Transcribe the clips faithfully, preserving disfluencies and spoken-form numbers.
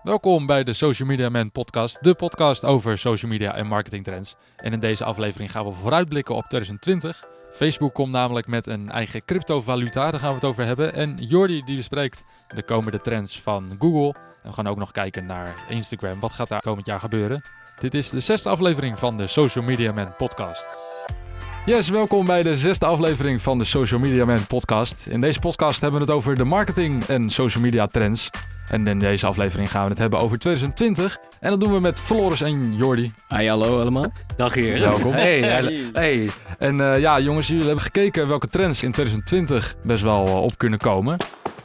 Welkom bij de Social Media Man podcast, de podcast over social media en marketingtrends. En in deze aflevering gaan we vooruitblikken op twintig twintig. Facebook komt namelijk met een eigen cryptovaluta, daar gaan we het over hebben. En Jordi die bespreekt de komende trends van Google. En we gaan ook nog kijken naar Instagram. Wat gaat daar komend jaar gebeuren? Dit is de zesde aflevering van de Social Media Man podcast. Yes, welkom bij de zesde aflevering van de Social Media Man podcast. In deze podcast hebben we het over de marketing en social media trends. En in deze aflevering gaan we het hebben over twintig twintig. En dat doen we met Floris en Jordi. Hi, hallo allemaal. Dag hier. Welkom. Hey, hey. hey. En uh, ja, jongens, jullie hebben gekeken welke trends in twintig twintig best wel uh, op kunnen komen.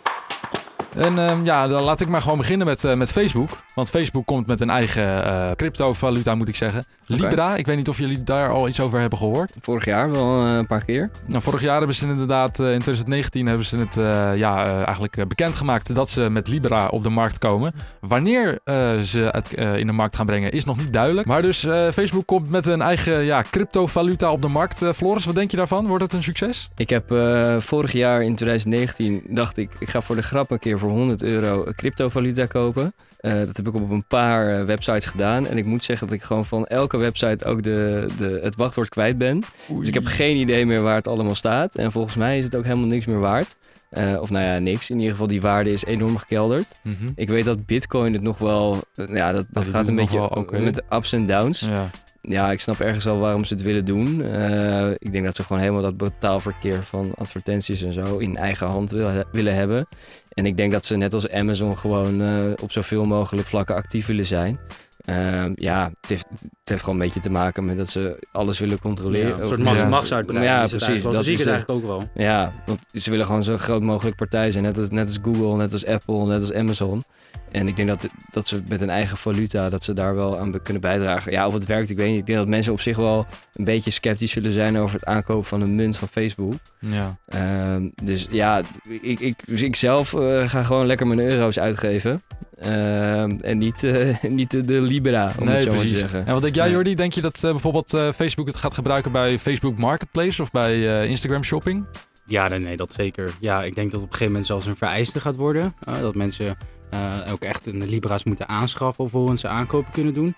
En uh, ja, dan laat ik maar gewoon beginnen met, uh, met Facebook. Want Facebook komt met een eigen uh, cryptovaluta, moet ik zeggen. Okay. Libra, ik weet niet of jullie daar al iets over hebben gehoord. Vorig jaar wel uh, een paar keer. Nou, vorig jaar hebben ze inderdaad, uh, in twintig negentien hebben ze het uh, ja, uh, eigenlijk uh, bekendgemaakt dat ze met Libra op de markt komen. Wanneer uh, ze het uh, in de markt gaan brengen is nog niet duidelijk. Maar dus uh, Facebook komt met een eigen ja, cryptovaluta op de markt. Uh, Floris, wat denk je daarvan? Wordt het een succes? Ik heb uh, vorig jaar in twintig negentien dacht ik, ik ga voor de grap een keer voor honderd euro cryptovaluta kopen. Uh, dat heb ik op een paar uh, websites gedaan. En ik moet zeggen dat ik gewoon van elke website ook de, de, het wachtwoord kwijt ben. Oei. Dus ik heb geen idee meer waar het allemaal staat. En volgens mij is het ook helemaal niks meer waard. Uh, of nou ja, niks. In ieder geval, die waarde is enorm gekelderd. Mm-hmm. Ik weet dat Bitcoin het nog wel... Uh, ja, dat, dat, dat gaat een beetje okay. met de ups en downs. Ja. Ja, ik snap ergens wel waarom ze het willen doen. Uh, ik denk dat ze gewoon helemaal dat betaalverkeer van advertenties en zo in eigen hand wil, willen hebben. En ik denk dat ze net als Amazon gewoon uh, op zoveel mogelijk vlakken actief willen zijn. Uh, ja, het heeft, het heeft gewoon een beetje te maken met dat ze alles willen controleren. Ja, een soort macht, ja. machtsuitbreiding. Ja, precies. Dat zie ik het eigenlijk ook wel. Ja, want ze willen gewoon zo groot mogelijk partij zijn. Net als, net als Google, net als Apple, net als Amazon. En ik denk dat, dat ze met een eigen valuta, dat ze daar wel aan kunnen bijdragen. Ja, of het werkt, ik weet niet. Ik denk dat mensen op zich wel een beetje sceptisch zullen zijn over het aankopen van een munt van Facebook. Ja. Uh, dus ja, ik, ik, dus ik zelf uh, ga gewoon lekker mijn euro's uitgeven. Uh, en niet, uh, niet de, de Libra, om nee, het zo maar te precies. zeggen. En wat denk jij, Jordi? Denk je dat uh, bijvoorbeeld uh, Facebook het gaat gebruiken bij Facebook Marketplace of bij uh, Instagram Shopping? Ja, nee, nee, dat zeker. Ja, ik denk dat op een gegeven moment zelfs een vereiste gaat worden. Uh, dat mensen uh, ook echt een Libra's moeten aanschaffen alvorens ze aankopen kunnen doen.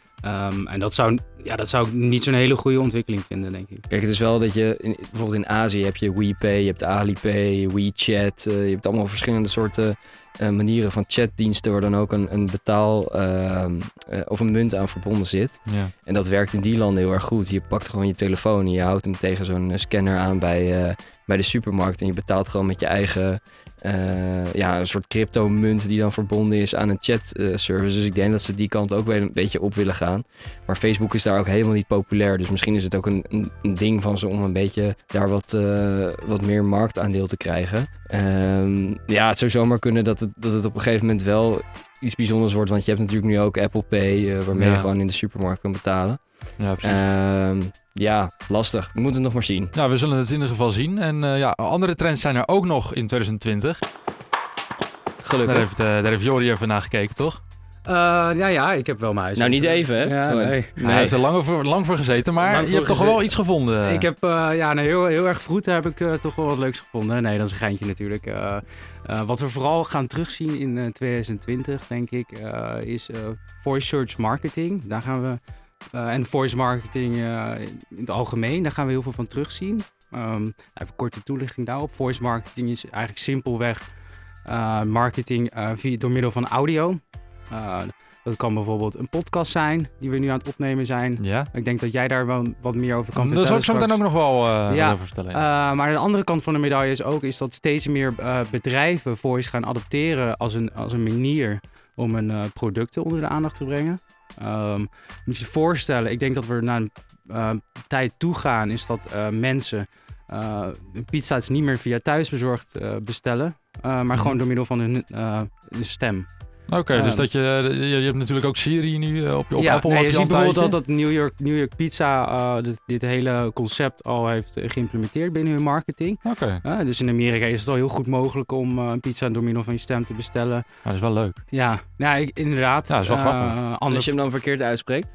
Um, en dat zou, ja, dat zou ik niet zo'n hele goede ontwikkeling vinden, denk ik. Kijk, het is wel dat je, in, bijvoorbeeld in Azië heb je WePay, je hebt Alipay, WeChat. Uh, je hebt allemaal verschillende soorten uh, manieren van chatdiensten waar dan ook een, een betaal uh, uh, of een munt aan verbonden zit. Ja. En dat werkt in die landen heel erg goed. Je pakt gewoon je telefoon en je houdt hem tegen zo'n scanner aan bij, uh, bij de supermarkt en je betaalt gewoon met je eigen... Uh, ja, een soort crypto-munt die dan verbonden is aan een chat-service. Uh, dus ik denk dat ze die kant ook weer een beetje op willen gaan. Maar Facebook is daar ook helemaal niet populair. Dus misschien is het ook een, een, een ding van ze om een beetje daar wat, uh, wat meer marktaandeel te krijgen. Um, ja, het zou zomaar kunnen dat het, dat het op een gegeven moment wel iets bijzonders wordt. Want je hebt natuurlijk nu ook Apple Pay, uh, waarmee ja. je gewoon in de supermarkt kan betalen. Ja, precies. Um, Ja, lastig. We moeten het nog maar zien. Nou, we zullen het in ieder geval zien. En uh, ja, andere trends zijn er ook nog in twintig twintig. Gelukkig. Daar heeft, uh, daar heeft Jordi even naar gekeken, toch? Uh, ja, ja, ik heb wel mijn huis. Nou, niet even, hè? Ja, nee. nee. Hij heeft er lang voor, lang voor gezeten, maar lang je hebt toch gezeten. Wel iets gevonden? Ik heb, uh, ja, nee, heel, heel erg vroeg heb ik uh, toch wel wat leuks gevonden. Nee, dat is een geintje natuurlijk. Uh, uh, wat we vooral gaan terugzien in uh, twintig twintig, denk ik, uh, is uh, voice search marketing. Daar gaan we... Uh, en voice marketing uh, in het algemeen, daar gaan we heel veel van terugzien. Um, even korte toelichting daarop. Voice marketing is eigenlijk simpelweg uh, marketing uh, via, door middel van audio. Uh, dat kan bijvoorbeeld een podcast zijn die we nu aan het opnemen zijn. Ja. Ik denk dat jij daar wel wat meer over kan vertellen. Dat zou ik zo meteen ook nog wel uh, ja. over vertellen. Ja. Uh, maar de andere kant van de medaille is ook is dat steeds meer uh, bedrijven voice gaan adopteren als een, als een manier om hun uh, producten onder de aandacht te brengen. Um, moet je je voorstellen, ik denk dat we naar een uh, tijd toe gaan, is dat uh, mensen uh, pizza's niet meer via thuisbezorgd uh, bestellen, uh, maar mm. gewoon door middel van hun, uh, hun stem. Oké, okay, um, dus dat je, je, je hebt natuurlijk ook Siri nu uh, op je op ja, Apple. Nee, je, je ziet bijvoorbeeld dat, dat New York, New York Pizza uh, dit, dit hele concept al heeft uh, geïmplementeerd binnen hun marketing. Oké. Okay. Uh, dus in Amerika is het al heel goed mogelijk om uh, een pizza door middel van je stem te bestellen. Ja, dat is wel leuk. Ja, ja ik, inderdaad. Ja, dat is wel uh, grappig. Anders... Als je hem dan verkeerd uitspreekt?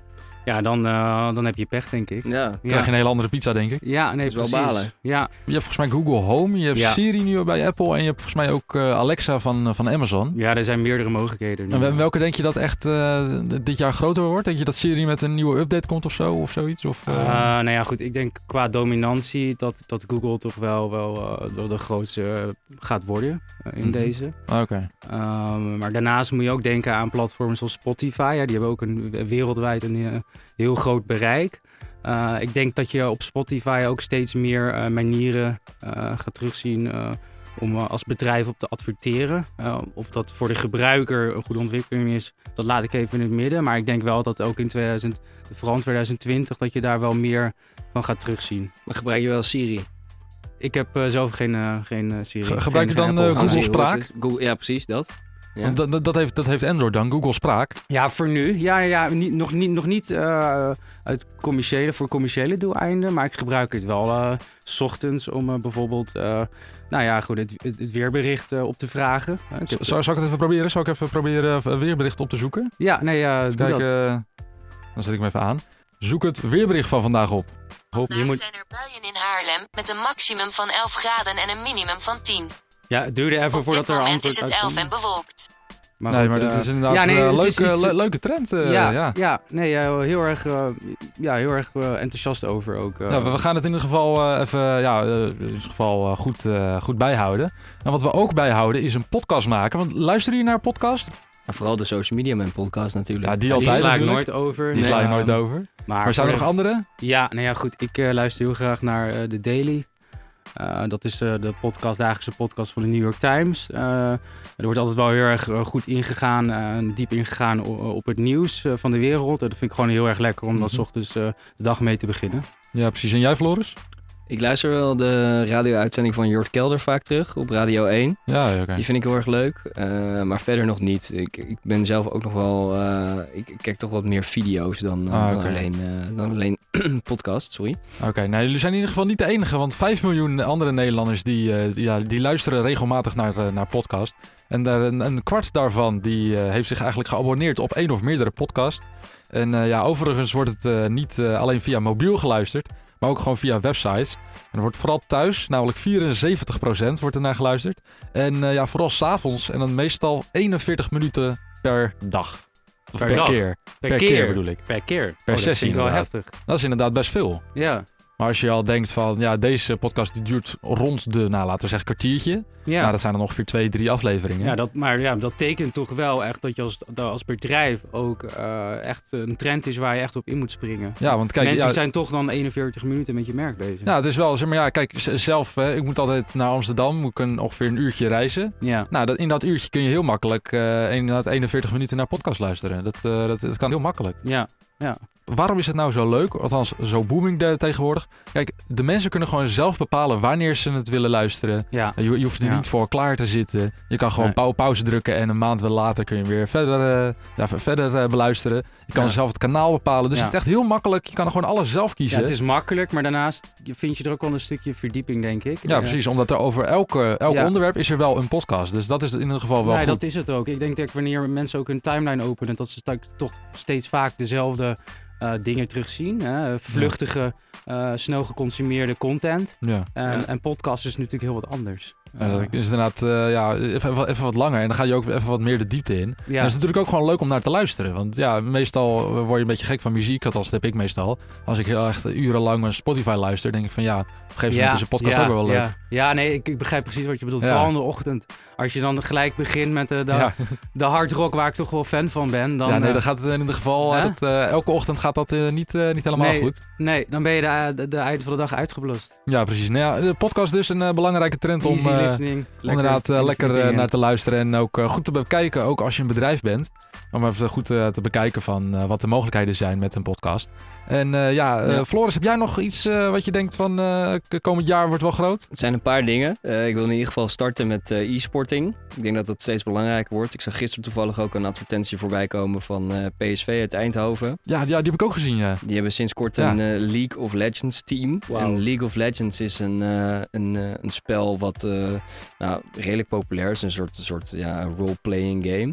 Ja, dan, uh, dan heb je pech, denk ik. Ja. Dan krijg je een hele andere pizza, denk ik. Ja, nee, dat is precies. wel balen. Ja. Je hebt volgens mij Google Home, je hebt ja. Siri nu bij Apple en je hebt volgens mij ook uh, Alexa van, uh, van Amazon. Ja, er zijn meerdere mogelijkheden. Nu. En welke denk je dat echt uh, dit jaar groter wordt? Denk je dat Siri met een nieuwe update komt of zo? Of zoiets? Of, uh... Uh, nou ja, goed. Ik denk qua dominantie dat, dat Google toch wel, wel uh, de grootste uh, gaat worden uh, in mm-hmm. deze. Oké. Okay. Um, maar daarnaast moet je ook denken aan platforms zoals Spotify. Ja, die hebben ook een, wereldwijd een uh, heel groot bereik. Uh, ik denk dat je op Spotify ook steeds meer uh, manieren uh, gaat terugzien uh, om uh, als bedrijf op te adverteren. Uh, of dat voor de gebruiker een goede ontwikkeling is, dat laat ik even in het midden. Maar ik denk wel dat ook in tweeduizend, vooral in twintig twintig dat je daar wel meer van gaat terugzien. Maar gebruik je wel Siri? Ik heb uh, zelf geen, uh, geen uh, Siri. Ge- gebruik geen, je dan uh, Google Spraak? Google, ja, precies, dat. Ja. Dat, dat, dat, heeft, dat heeft Android dan, Google Spraak? Ja, voor nu. Ja, ja niet, nog niet, nog niet uh, uit commerciële, voor commerciële doeleinden. Maar ik gebruik het wel uh, 's ochtends om uh, bijvoorbeeld uh, nou ja, goed, het, het, het weerbericht uh, op te vragen. Uh, ik Z- zou, zou ik het even proberen? Zou ik even proberen uh, weerbericht op te zoeken? Ja, nee, uh, doe Kijk, dat. Uh, dan zet ik hem even aan. Zoek het weerbericht van vandaag op. Op. Je moet... zijn er buien in Haarlem met een maximum van elf graden en een minimum van tien. Ja, het duurde even op voordat er antwoord Op dit moment is het elf en bewolkt. Maar nee, goed, maar uh, dit is inderdaad een ja, nee, uh, leuke, iets... le- leuke trend. Uh, ja, ja. ja, nee, uh, heel erg, uh, ja, heel erg uh, enthousiast over ook. Uh. Ja, we, we gaan het in ieder geval uh, even ja, uh, in ieder geval, uh, goed, uh, goed bijhouden. En wat we ook bijhouden is een podcast maken. Want luister je naar een podcast? Ja, vooral de Social Media Man podcast natuurlijk. Ja, die, ja, altijd, die sla ik natuurlijk. nooit over. Die nee, sla je uh, nooit over. Maar, maar zijn er nog andere? Ja, nou ja, goed. Ik uh, luister heel graag naar uh, The Daily. Uh, dat is uh, de podcast, dagelijkse podcast van de New York Times. Uh, er wordt altijd wel heel erg uh, goed ingegaan en uh, diep ingegaan op, op het nieuws uh, van de wereld. Uh, dat vind ik gewoon heel erg lekker om mm-hmm. dan 's ochtends uh, de dag mee te beginnen. Ja, precies. En jij, Floris? Ik luister wel de radio-uitzending van Jort Kelder vaak terug op Radio één. Ja, oké. Okay. Die vind ik heel erg leuk, uh, maar verder nog niet. Ik, ik ben zelf ook nog wel... Uh, ik, ik kijk toch wat meer video's dan, uh, ah, okay. dan alleen, uh, dan alleen podcast, sorry. Oké, okay, nou jullie zijn in ieder geval niet de enige, want vijf miljoen andere Nederlanders die, uh, die, ja, die luisteren regelmatig naar, uh, naar podcast. En daar, een, een kwart daarvan die, uh, heeft zich eigenlijk geabonneerd op één of meerdere podcasts. En uh, ja, overigens wordt het uh, niet uh, alleen via mobiel geluisterd, maar ook gewoon via websites. En er wordt vooral thuis, namelijk vierenzeventig procent wordt er naar geluisterd. En uh, ja, vooral 's avonds en dan meestal eenenveertig minuten per dag. Of per, per dag. keer. Per, per keer. keer bedoel ik. Per keer. Per oh, sessie dat inderdaad. Wel heftig. Dat is inderdaad best veel. Ja. Maar als je al denkt van, ja, deze podcast die duurt rond de, nou laten we zeggen, kwartiertje. Ja. Nou, dat zijn dan ongeveer twee, drie afleveringen. Ja, dat, maar ja, dat tekent toch wel echt dat je als, als bedrijf ook uh, echt een trend is waar je echt op in moet springen. Ja, want kijk, mensen ja, zijn toch dan eenenveertig minuten met je merk bezig. Ja, het is wel, zeg maar, ja, kijk, zelf, hè, ik moet altijd naar Amsterdam, moet ik een, ongeveer een uurtje reizen. Ja. Nou, dat, in dat uurtje kun je heel makkelijk uh, inderdaad eenenveertig minuten naar podcast luisteren. Dat, uh, dat, dat kan heel makkelijk. Ja, ja. Waarom is het nou zo leuk? Althans, zo booming de, tegenwoordig. Kijk, de mensen kunnen gewoon zelf bepalen wanneer ze het willen luisteren. Ja. Je, je hoeft er ja. niet voor klaar te zitten. Je kan gewoon nee. pauze drukken en een maand later kun je weer verder, uh, ja, verder uh, beluisteren. Je kan ja. zelf het kanaal bepalen. Dus ja. het is echt heel makkelijk. Je kan er gewoon alles zelf kiezen. Ja, het is makkelijk, maar daarnaast vind je er ook wel een stukje verdieping, denk ik. Ja, precies. Omdat er over elke, elk ja. onderwerp is er wel een podcast. Dus dat is in ieder geval wel nee, goed. dat is het ook. Ik denk dat wanneer mensen ook hun timeline openen, dat ze toch steeds vaak dezelfde Uh, dingen terugzien. Hè? Vluchtige, uh, snel geconsumeerde content. Ja. En, ja. en podcast is natuurlijk heel wat anders. Ja, dat is inderdaad uh, ja, even, even wat langer. En dan ga je ook even wat meer de diepte in. Ja. En dat is natuurlijk ook gewoon leuk om naar te luisteren. Want ja, meestal word je een beetje gek van muziek. Althans, dat heb ik meestal. Als ik heel echt urenlang naar Spotify luister, denk ik van ja, op een gegeven moment ja, is een podcast ja, ook wel leuk. Ja, ja nee, ik, ik begrijp precies wat je bedoelt. Ja. Vooral in de ochtend. Als je dan gelijk begint met de, de, ja. de hard rock, waar ik toch wel fan van ben. Dan, ja, nee, dan gaat het in ieder geval... Huh? Dat, uh, elke ochtend gaat dat uh, niet, uh, niet helemaal nee, goed. Nee, dan ben je de, de, de eind van de dag uitgeblust. Ja, precies. Nou ja, de podcast dus een uh, belangrijke trend om... Easy listening. Uh, inderdaad uh, lekker uh, naar te luisteren en ook uh, goed te bekijken, ook als je een bedrijf bent. Om even goed uh, te bekijken van uh, wat de mogelijkheden zijn met een podcast. En uh, ja, uh, ja, Floris, heb jij nog iets uh, wat je denkt van uh, komend jaar wordt wel groot? Het zijn een paar dingen. Uh, ik wil in ieder geval starten met uh, e-sporting. Ik denk dat dat steeds belangrijker wordt. Ik zag gisteren toevallig ook een advertentie voorbij komen van uh, P S V uit Eindhoven. Ja, ja, die heb ik ook gezien, ja. Die hebben sinds kort ja. een uh, League of Legends team. Wow. En League of Legends is een, uh, een, uh, een spel wat uh, nou, redelijk populair is. Een soort, een soort ja, role-playing game.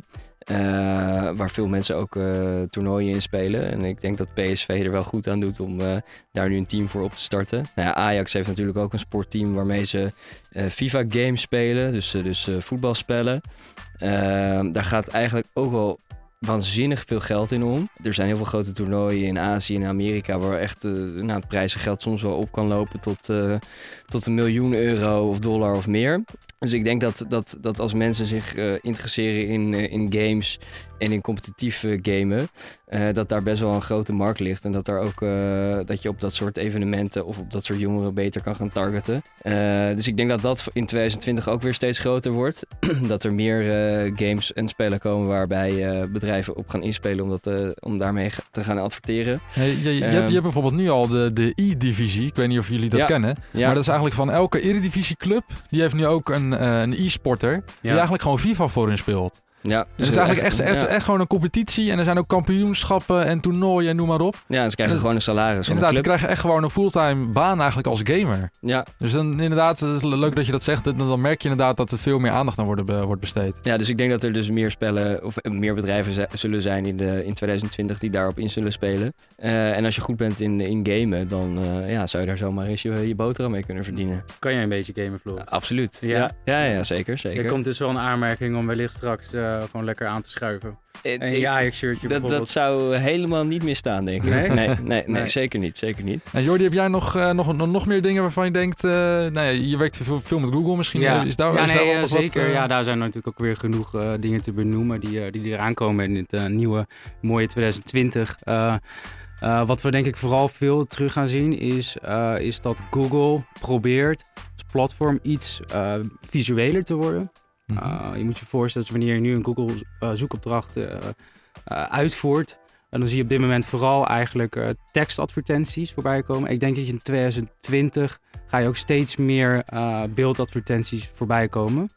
Uh, waar veel mensen ook uh, toernooien in spelen. En ik denk dat P S V er wel goed aan doet om uh, daar nu een team voor op te starten. Nou ja, Ajax heeft natuurlijk ook een sportteam waarmee ze uh, FIFA-games spelen. Dus, uh, dus uh, voetbalspellen. Uh, daar gaat eigenlijk ook wel waanzinnig veel geld in om. Er zijn heel veel grote toernooien in Azië en Amerika waar echt uh, nou, het prijzengeld soms wel op kan lopen tot, uh, tot een miljoen euro of dollar of meer. Dus ik denk dat, dat, dat als mensen zich uh, interesseren in, uh, in games en in competitief uh, gamen, uh, dat daar best wel een grote markt ligt. En dat, daar ook, uh, dat je op dat soort evenementen of op dat soort jongeren beter kan gaan targeten. Uh, dus ik denk dat dat in twintig twintig ook weer steeds groter wordt. Dat er meer uh, games en spellen komen waarbij uh, bedrijven op gaan inspelen om, dat, uh, om daarmee te gaan adverteren. Hey, je, je, um, je, hebt, je hebt bijvoorbeeld nu al de, de E-divisie. Ik weet niet of jullie dat ja, kennen. Ja. Maar dat is eigenlijk van elke Eredivisieclub. Die heeft nu ook een, uh, een e-sporter die Ja. eigenlijk gewoon FIFA voor hun speelt. Ja, Dus het is eigenlijk echt, echt, ja. echt gewoon een competitie. En er zijn ook kampioenschappen en toernooien en noem maar op. Ja, en ze krijgen Dus, gewoon een salaris van de Inderdaad, club. die krijgen echt gewoon een fulltime baan eigenlijk als gamer. Ja. Dus dan inderdaad, het is leuk dat je dat zegt. Dan, dan merk je inderdaad dat er veel meer aandacht aan wordt, be, wordt besteed. ja, dus ik denk dat er dus meer spellen of meer bedrijven z- zullen zijn in, de, in twintig twintig die daarop in zullen spelen. Uh, en als je goed bent in, in gamen, dan uh, ja, zou je daar zomaar eens je, je boterham mee kunnen verdienen. Kan jij een beetje gamen, Floris? Uh, absoluut. Ja? Ja, ja, ja zeker. zeker. Er komt dus wel een aanmerking om wellicht straks uh, gewoon lekker aan te schuiven. Uh, En je Ajax-shirtje dat, bijvoorbeeld. dat zou helemaal niet misstaan, denk ik. Nee? Nee, nee, nee, Nee. zeker niet. Zeker niet. En Jordi, heb jij nog, uh, nog, nog, nog meer dingen waarvan je denkt... Uh, nou ja, je werkt veel, veel met Google misschien. Ja, Is daar, ja is nee, daar uh, wel wat, zeker. uh, Ja, daar zijn natuurlijk ook weer genoeg uh, dingen te benoemen die, uh, die eraan komen in het uh, nieuwe, mooie twintig twintig. Uh, uh, wat we denk ik vooral veel terug gaan zien is, uh, is dat Google probeert als platform iets uh, visueler te worden. Mm-hmm. Uh, je moet je voorstellen dat wanneer je nu een Google uh, zoekopdracht uh, uh, uitvoert, en dan zie je op dit moment vooral eigenlijk uh, tekstadvertenties voorbij komen. Ik denk dat je in twintig twintig ga je ook steeds meer uh, beeldadvertenties voorbij komen.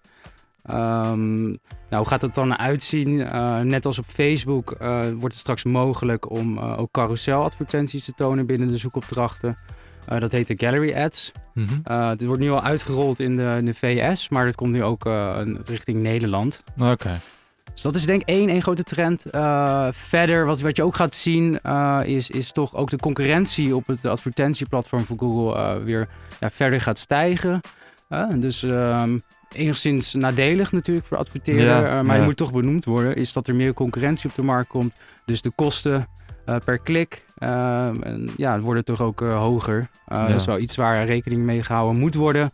Um, nou, hoe gaat het dan uitzien? Uh, net als op Facebook uh, wordt het straks mogelijk om uh, ook carouseladvertenties te tonen binnen de zoekopdrachten. Uh, dat heet de Gallery Ads. Mm-hmm. Uh, dit wordt nu al uitgerold in de, in de V S, maar dat komt nu ook uh, richting Nederland. Oké. Okay. Dus dat is denk ik één, één grote trend. Uh, verder, wat, wat je ook gaat zien, uh, is, is toch ook de concurrentie op het advertentieplatform van Google uh, weer ja, verder gaat stijgen. Uh, dus um, enigszins nadelig natuurlijk voor de adverteerder, Ja, uh, maar ja. het moet toch benoemd worden, is dat er meer concurrentie op de markt komt. Dus de kosten uh, per klik uh, en, ja, worden toch ook uh, hoger. Uh, Ja. Dat is wel iets waar rekening mee gehouden moet worden.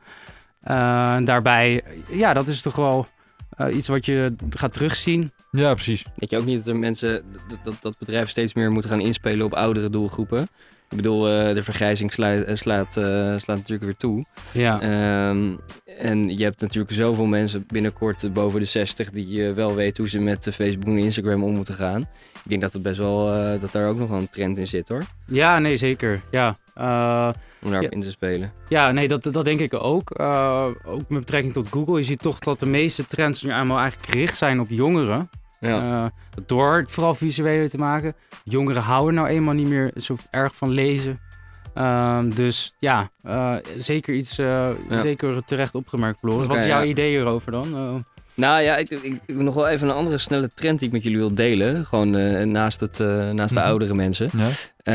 Uh, daarbij, ja, dat is toch wel uh, iets wat je gaat terugzien. Ja, precies. Denk je ook niet dat er mensen, dat, dat, dat bedrijven steeds meer moeten gaan inspelen op oudere doelgroepen? Ik bedoel, uh, de vergrijzing slaat, slaat, uh, slaat natuurlijk weer toe. Ja. Um, en je hebt natuurlijk zoveel mensen binnenkort boven de zestig die uh, wel weten hoe ze met Facebook en Instagram om moeten gaan. Ik denk dat het best wel, uh, dat daar ook nog wel een trend in zit hoor. Ja, nee, zeker. Ja. Uh, Om daarop Ja. in te spelen. Ja, nee, dat, dat denk ik ook. Uh, ook met betrekking tot Google. Je ziet toch dat de meeste trends nu allemaal eigenlijk gericht zijn op jongeren. Ja. Uh, door het vooral visueler te maken. Jongeren houden nou eenmaal niet meer zo erg van lezen. Uh, dus ja, uh, zeker iets uh, Ja. zeker terecht opgemerkt, Floris. Oké, Wat is jouw ja. idee hierover dan? Uh, Nou ja, ik, ik, ik nog wel even een andere snelle trend die ik met jullie wil delen. Gewoon uh, naast, het, uh, naast de Mhm. oudere mensen. Ja.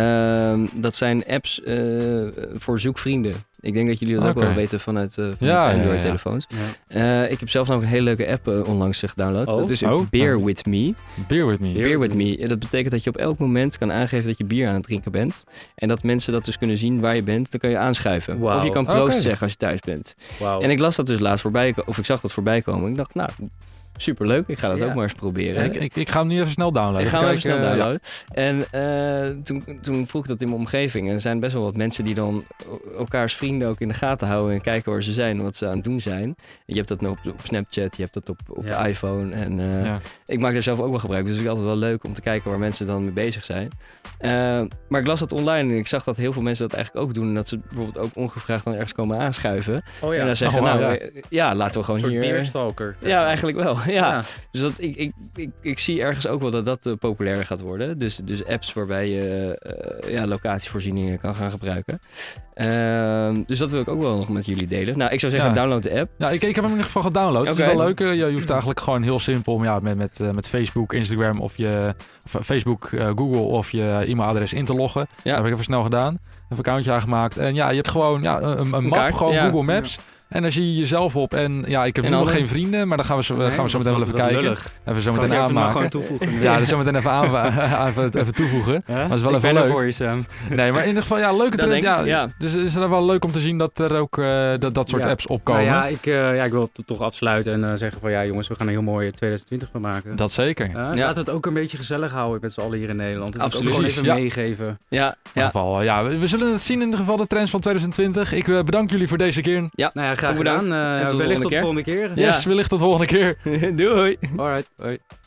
Uh, dat zijn apps uh, voor zoekvrienden. Ik denk dat jullie dat Oké. ook wel weten vanuit, uh, vanuit Ja, ja, ja. Android-telefoons. ja. Uh, ik heb zelf nog een hele leuke app uh, onlangs gedownload. Oh. Dat is Oh. Beer Oh. With Me. Beer with me. Beer Beer with With Me. Ja, dat betekent dat je op elk moment kan aangeven dat je bier aan het drinken bent. En dat mensen dat dus kunnen zien waar je bent. Dan kan je aanschuiven. Wauw. Of je kan proost Oké. zeggen als je thuis bent. Wauw. En ik las dat dus laatst voorbij, ko- of ik zag dat voorbij komen. Ik dacht, nou, superleuk. Ik ga dat Ja. ook maar eens proberen. Ik, ik, ik ga hem nu even snel downloaden. Ik ga hem even Kijken, snel uh, downloaden. En uh, toen, toen vroeg ik dat in mijn omgeving. En er zijn best wel wat mensen die dan elkaars vrienden ook in de gaten houden. En kijken waar ze zijn en wat ze aan het doen zijn. En je hebt dat nu op, op Snapchat, je hebt dat op, op Ja. iPhone. En uh, Ja. ik maak daar zelf ook wel gebruik. Dus het is altijd wel leuk om te kijken waar mensen dan mee bezig zijn. Uh, maar ik las dat online en ik zag dat heel veel mensen dat eigenlijk ook doen. En dat ze bijvoorbeeld ook ongevraagd dan ergens komen aanschuiven. Oh En ja, dan zeggen, Oh, nou ja. ja. ja, laten we gewoon een soort hier... bierstalker. Ja, eigenlijk wel. ja. Ja. Dus dat, ik, ik, ik, ik zie ergens ook wel dat dat uh, populairder gaat worden. Dus, dus apps waarbij je uh, ja, locatievoorzieningen kan gaan gebruiken. Uh, dus dat wil ik ook wel nog met jullie delen. Nou, ik zou zeggen, Ja. download de app. Ja, ik, ik heb hem in ieder geval gedownload. Het Oké. is wel leuk. Je, je hoeft eigenlijk gewoon heel simpel ja, met, met, uh, met Facebook, Instagram of je of Facebook, uh, Google of je e-mailadres in te loggen. Ja. Dat heb ik even snel gedaan. Een accountje aangemaakt. En ja, je hebt gewoon ja, een, een, een map, kaart, gewoon ja. Google Maps. En dan zie je jezelf op. En ja, ik heb En nu nog alle- geen vrienden, maar dan gaan we zo, Nee, gaan we zo dat meteen wel is even wat kijken. lullig. Even zo Gewoon meteen even maar aanmaken. gewoon toevoegen. Ja, dus zo meteen even, aan, even, even toevoegen. Huh? dat is wel ik even ben er leuk. voor je, Sam. Nee, maar in ieder geval, ja, leuke Dat trend. denk Ja, ik, ja. Dus is het wel leuk om te zien dat er ook uh, dat, dat soort Ja. apps opkomen. Nou ja, ik, uh, ja, ik wil het toch afsluiten en uh, zeggen van ja jongens, we gaan een heel mooi twintig twintig van maken. Dat zeker. Uh, Ja. Laten we het ook een beetje gezellig houden met z'n allen hier in Nederland. Dat wil ik Absoluut. ook gewoon even Ja. meegeven. Ja, In ieder ja. geval, ja, we, we zullen het zien in ieder geval, de trends van twintig twintig. Ik uh, bedank jullie voor deze keer. Nou ja, graag Ook bedankt. gedaan. Uh, En tot de wellicht tot de volgende volgende keer. Ja. Yes, wellicht tot de volgende keer. Doei. Alright, hoi.